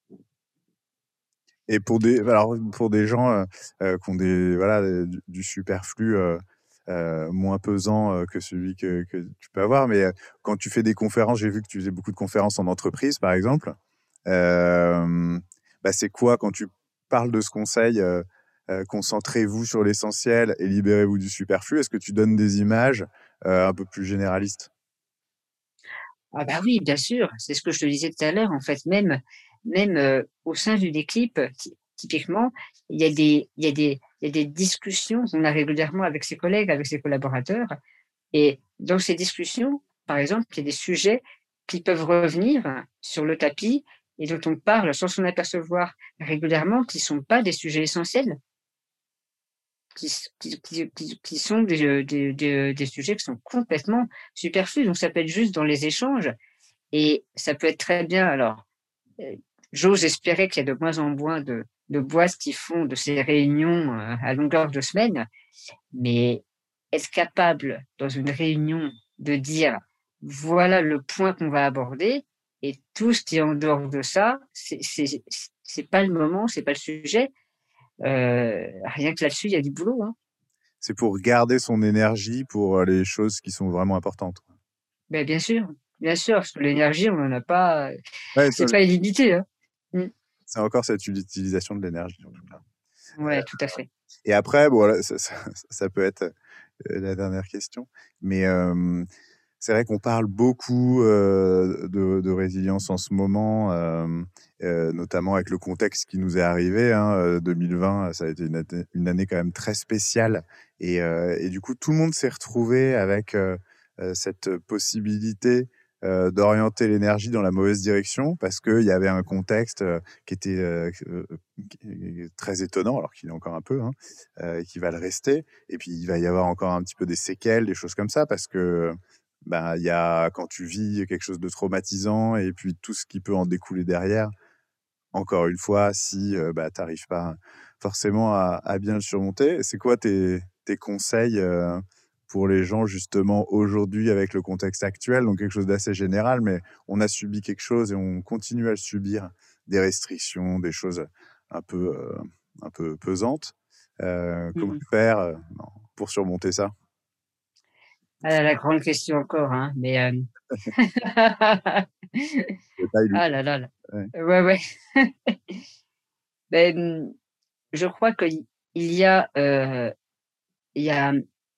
et pour des gens, qui ont des voilà, du superflu, moins pesant, que celui que tu peux avoir, mais, quand tu fais des conférences, j'ai vu que tu faisais beaucoup de conférences en entreprise, par exemple. Hem, Bah, c'est quoi quand tu parles de ce conseil, «Concentrez-vous sur l'essentiel et libérez-vous du superflu». Est-ce que tu donnes des images, un peu plus généralistes? Ah bah oui, bien sûr, c'est ce que je te disais tout à l'heure, en fait, même, au sein d'une équipe, typiquement, il y a des discussions qu'on a régulièrement avec ses collègues, avec ses collaborateurs, et dans ces discussions, par exemple, il y a des sujets qui peuvent revenir sur le tapis et dont on parle sans s'en apercevoir régulièrement, qui sont pas des sujets essentiels, qui sont des sujets qui sont complètement superflus. Donc ça peut être juste dans les échanges et ça peut être très bien. Alors, heu, j'ose espérer qu'il y a de moins en moins de boîtes qui font de ces réunions, à longueur de semaine, mais être capable dans une réunion de dire: «Voilà le point qu'on va aborder et tout ce qui est en dehors de ça, c'est pas le moment, c'est pas le sujet». Rien que là-dessus, il y a du boulot, hein. C'est pour garder son énergie pour, les choses qui sont vraiment importantes, quoi. Beh, bien sûr, parce que l'énergie, on en a pas, Ouais, c'est pas illimité, hein. Mmh. c'est encore cette utilisation de l'énergie, en tout cas. Ouais, tout à fait. Et après, bon, là, ça peut être, la dernière question, mais c'est vrai qu'on parle beaucoup, de résilience en ce moment, notamment avec le contexte qui nous est arrivé, hein, 2020, ça a été une année quand même très spéciale et du coup, tout le monde s'est retrouvé avec, cette possibilité, d'orienter l'énergie dans la mauvaise direction parce qu'il y avait un contexte, qui était, qui est très étonnant, alors qu'il est encore un peu, hein, et qui va le rester. Et puis, il va y avoir encore un petit peu des séquelles, des choses comme ça, parce que, ben, il y a quand tu vis quelque chose de traumatisant et puis tout ce qui peut en découler derrière, encore une fois, si, bah, tu arrives pas forcément à bien le surmonter. C'est quoi tes conseils, pour les gens justement aujourd'hui avec le contexte actuel? Donc quelque chose d'assez général, mais on a subi quelque chose et on continue à le subir, des restrictions, des choses un peu pesantes. Mmh Comment mh. faire, non, pour surmonter ça? Ah, la grande question encore, hein, mais C'est pas élu ah là là là. ouais. Ouais, ouais. Beh, je crois il y a, il y a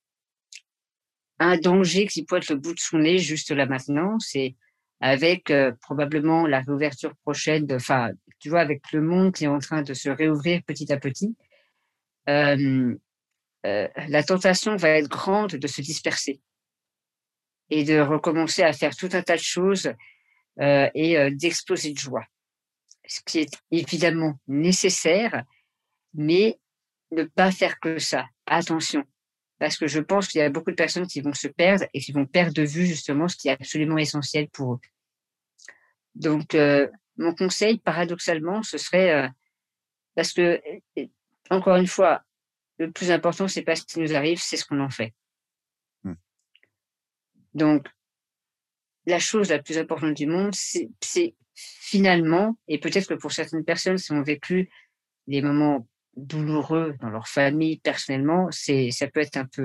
un danger qui pointe le bout de son nez juste là maintenant, c'est avec, probablement la réouverture prochaine enfin, tu vois, avec le monde qui est en train de se réouvrir petit à petit, hem, la tentation va être grande de se disperser et de recommencer à faire tout un tas de choses, d'exploser de joie. Ce qui est évidemment nécessaire, mais ne pas faire que ça. Attention, parce que je pense qu'il y a beaucoup de personnes qui vont se perdre et qui vont perdre de vue justement ce qui est absolument essentiel pour eux. Donc, mon conseil, paradoxalement, ce serait, parce que, encore une fois, le plus important, c'est pas ce qui nous arrive, c'est ce qu'on en fait. Mmh. Donc, la chose la plus importante du monde, c'est finalement, et peut-être que pour certaines personnes qui ont vécu des moments douloureux dans leur famille, personnellement, ça peut être un peu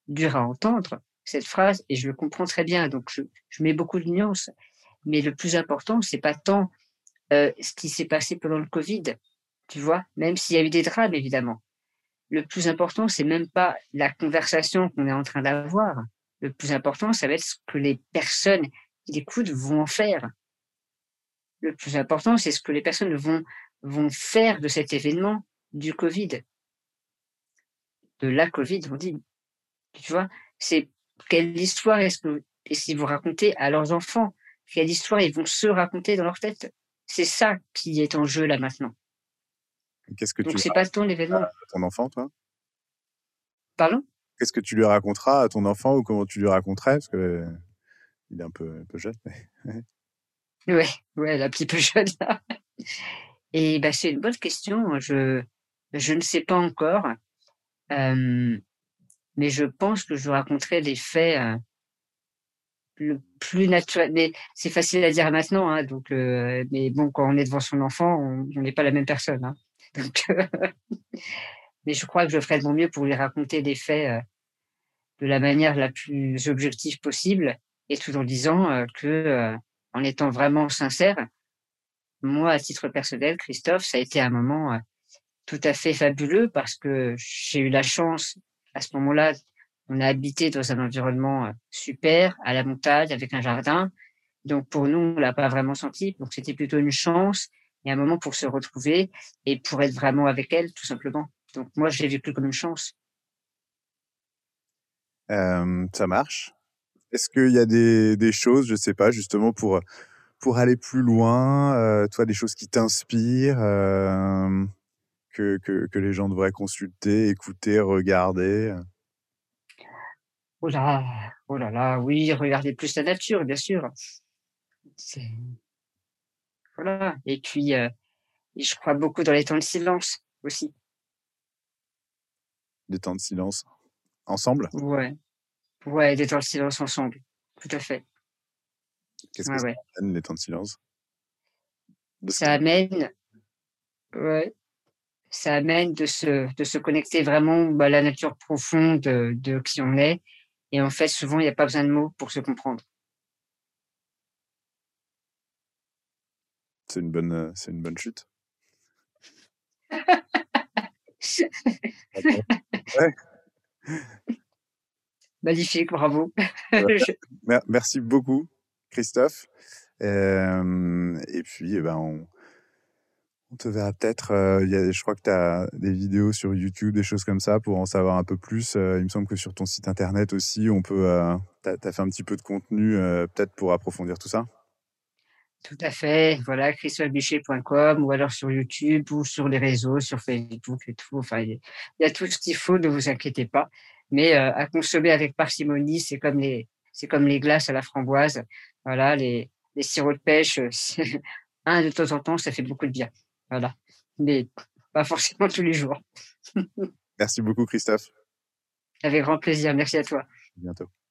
dur à entendre, cette phrase, et je le comprends très bien, donc je mets beaucoup de nuances. Mais le plus important, c'est pas tant, ce qui s'est passé pendant le covid, tu vois? Même s'il y a eu des drames évidemment. Le plus important, c'est même pas la conversation qu'on est en train d'avoir. Le plus important, ça va être ce que les personnes qui l'écoutent vont en faire. Le plus important, c'est ce que les personnes vont faire de cet événement, du covid, de la covid, on dit. Tu vois? C'est quelle histoire est-ce qu'ils vont raconter à leurs enfants? Quelle histoire ils vont se raconter dans leur tête? C'est ça qui est en jeu là maintenant. Qu'est-ce que tu Donc c'est pas tant l'événement. à ton enfant, toi? Pardon? Qu'est-ce que tu lui raconteras à ton enfant ou comment tu lui raconterais? Parce que il est un peu jeune. Mais Ouais, ouais, la petite peu jeune là. Et bah, c'est une bonne question. Je ne sais pas encore, hem, mais je pense que je raconterai les faits, le plus naturel, mais c'est facile à dire maintenant, hein, donc mais bon, quand on est devant son enfant, on n'est pas la même personne, hein. Donc mais je crois que je ferai de mon mieux pour lui raconter les faits, de la manière la plus objective possible, et tout en disant, en étant vraiment sincère, moi, à titre personnel, Christophe, ça a été un moment, tout à fait fabuleux parce que j'ai eu la chance, à ce moment-là, on a habité dans un environnement, super, à la montagne, avec un jardin. Donc pour nous, on l'a pas vraiment senti, donc c'était plutôt une chance et un moment pour se retrouver et pour être vraiment avec elle, tout simplement. Donc moi, je l'ai vécu comme une chance. Ça marche. Est-ce qu'il y a des choses, je sais pas, justement pour aller plus loin, toi, des choses qui t'inspirent, que les gens devraient consulter, écouter, regarder? Oh là! Oh là là, oui, regardez plus la nature, bien sûr. C'est voilà, et je crois beaucoup dans les temps de silence aussi. Des temps de silence ensemble? Ouais, ouais, des temps de silence ensemble, tout à fait. Qu'est-ce que Ouais, ça ouais. amène, les temps de silence? De ce que Ça amène Ouais, ça amène de se connecter vraiment, bah, à la nature profonde de qui on est, et en fait, souvent, il y a pas besoin de mots pour se comprendre. c'est une bonne chute. Ouais, Magnifique, bravo. bah, Je merci beaucoup, Christophe. Et puis, eh ben, on te verra peut-être, je crois que tu as des vidéos sur YouTube, des choses comme ça, pour en savoir un peu plus. Il me semble que sur ton site internet aussi, on peut, tu as fait un petit peu de contenu, peut-être pour approfondir tout ça? Tout à fait, voilà, christophebuchet.com, ou alors sur YouTube ou sur les réseaux, sur Facebook et tout. Enfin, il y a tout ce qu'il faut, ne vous inquiétez pas. Mais à consommer avec parcimonie, c'est comme les glaces à la framboise. Voilà, les sirops de pêche, un de temps en temps, ça fait beaucoup de bien. Voilà, mais pas forcément tous les jours. Merci beaucoup, Christophe. Avec grand plaisir. Merci à toi. À bientôt.